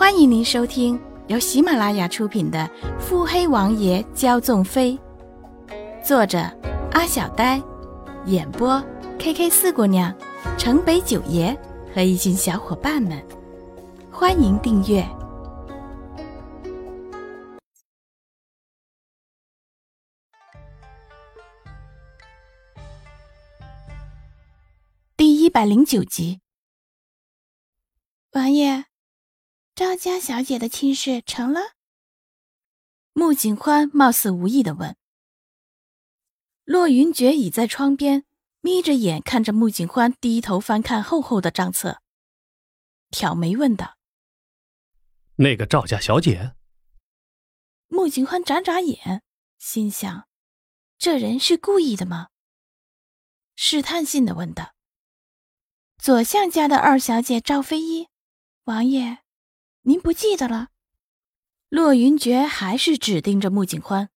欢迎您收听由喜马拉雅出品的《腹黑王爷骄纵妃》，作者阿小呆，演播 KK 四姑娘、城北九爷和一群小伙伴们。欢迎订阅。第109集。 王爷，赵家小姐的亲事成了？ 穆景欢貌似无意地问。骆云珏倚在窗边，眯着眼看着穆景欢低头翻看厚厚的账册，挑眉问道： 那个赵家小姐？ 穆景欢眨眨眼，心想这人是故意的吗？试探性地问道： 左相家的二小姐赵飞一，王爷您不记得了？ 骆云珏还是只盯着穆景欢。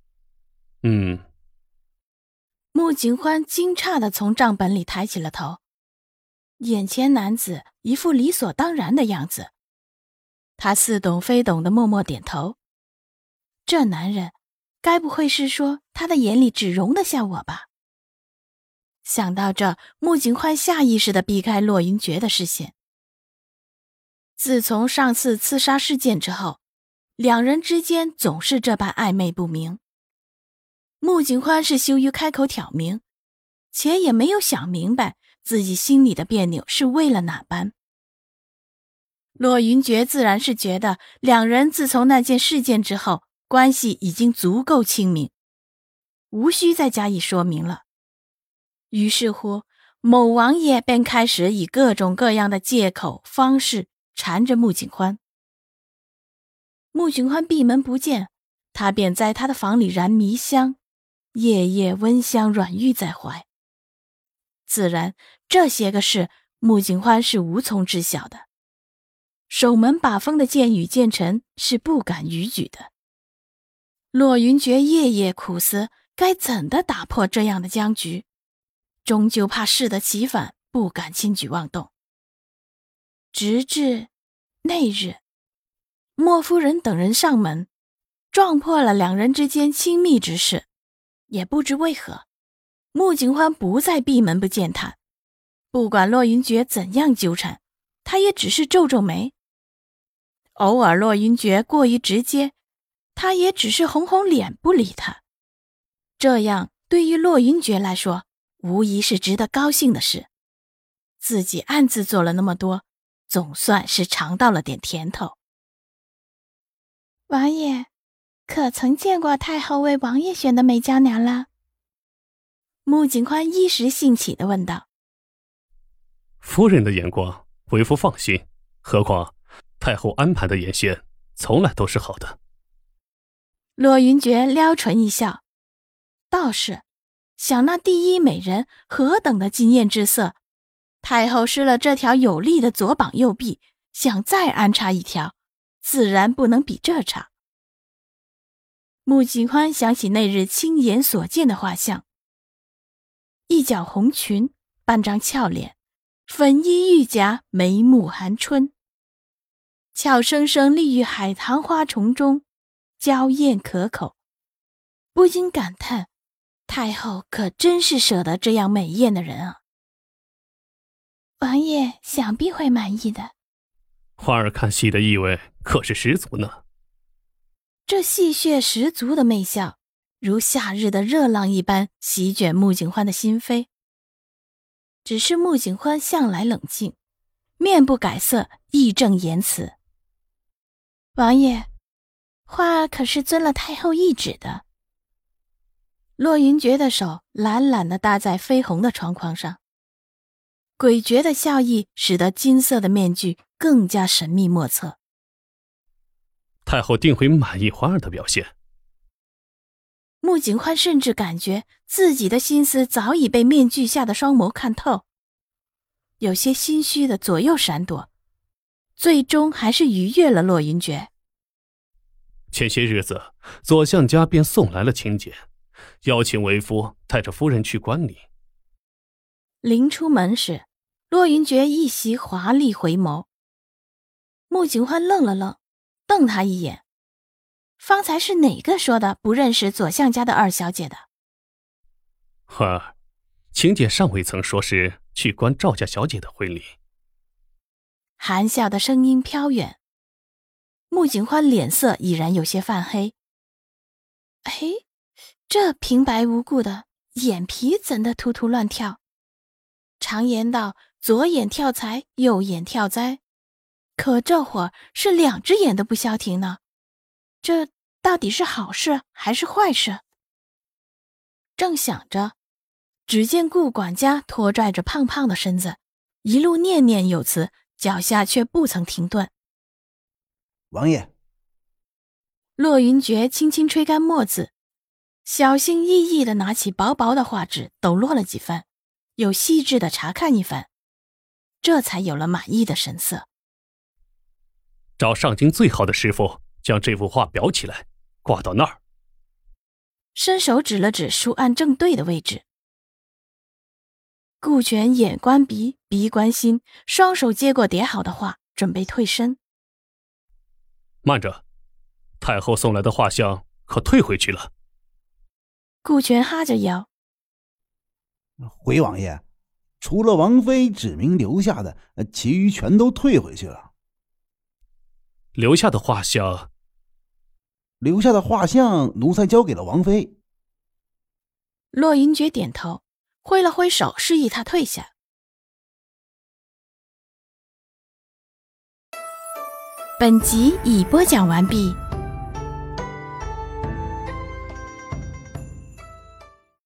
穆景欢惊诧地从账本里抬起了头，眼前男子一副理所当然的样子，他似懂非懂地默默点头。这男人该不会是说他的眼里只容得下我吧？想到这，穆景欢下意识地避开骆云珏的视线。自从上次刺杀事件之后，两人之间总是这般暧昧不明。穆景欢是羞于开口挑明，且也没有想明白自己心里的别扭是为了哪般。骆云珏自然是觉得两人自从那件事件之后，关系已经足够亲密，无需再加以说明了。于是乎，某王爷便开始以各种各样的借口方式缠着穆景欢。穆景欢闭门不见，他便在他的房里燃迷香，夜夜温香软玉在怀。自然这些个事穆景欢是无从知晓的，守门把风的剑雨剑臣是不敢逾矩的。骆云珏夜夜苦思该怎的打破这样的僵局，终究怕适得其反，不敢轻举妄动。直至那日，莫夫人等人上门，撞破了两人之间亲密之事。也不知为何，穆景欢不再闭门不见他，不管骆云珏怎样纠缠，他也只是皱皱眉。偶尔骆云珏过于直接，他也只是红红脸不理他。这样对于骆云珏来说，无疑是值得高兴的事。自己暗自做了那么多，总算是尝到了点甜头。 王爷，可曾见过太后为王爷选的美娇娘了？ 穆景欢一时兴起地问道。 夫人的眼光，为夫放心。何况太后安排的眼线，从来都是好的。 骆云珏撩唇一笑，倒是想那第一美人何等的惊艳之色，太后失了这条有力的左膀右臂，想再安插一条，自然不能比这差。穆景欢想起那日亲眼所见的画像，一角红裙，半张俏脸，粉衣玉甲，眉目含春，俏生生立于海棠花丛中，娇艳可口，不禁感叹太后可真是舍得这样美艳的人啊。 王爷想必会满意的。 花儿看戏的意味可是十足呢。 这戏谑十足的媚笑，如夏日的热浪一般席卷穆景欢的心扉。只是穆景欢向来冷静，面不改色，义正言辞。 王爷，花儿可是遵了太后懿旨的。 骆云珏的手懒懒地搭在绯红的窗框上，诡谲的笑意使得金色的面具更加神秘莫测。 太后定会满意花儿的表现。 穆景欢甚至感觉自己的心思早已被面具下的双眸看透，有些心虚的左右闪躲，最终还是逾越了骆云珏。 前些日子，左相家便送来了请柬，邀请为夫带着夫人去观礼。 临出门时，骆云珏一袭华丽回眸。 穆景欢愣了愣，瞪他一眼。方才是哪个说的不认识左相家的二小姐的？ 儿，晴姐尚未曾说是去观赵家小姐的婚礼。 含笑的声音飘远，穆景欢脸色已然有些泛黑。嘿，这平白无故的眼皮怎的突突乱跳？常言道，左眼跳财，右眼跳灾，可这会儿是2只眼都不消停呢。这到底是好事还是坏事？正想着，只见顾管家拖拽着胖胖的身子，一路念念有词，脚下却不曾停顿。 王爷。 骆云珏轻轻吹干墨子，小心翼翼地拿起薄薄的画纸，抖落了几番，又细致地查看一番，这才有了满意的神色。 找上京最好的师傅，将这幅画裱起来，挂到那儿。 伸手指了指书案正对的位置。顾全眼观鼻，鼻观心，双手接过叠好的画，准备退身。 慢着，太后送来的画像可退回去了？ 顾全哈着腰。 回王爷，除了王妃指明留下的，其余全都退回去了。 留下的画像？ 留下的画像，奴才交给了王妃。 骆云珏点头，挥了挥手，示意他退下。本集已播讲完毕，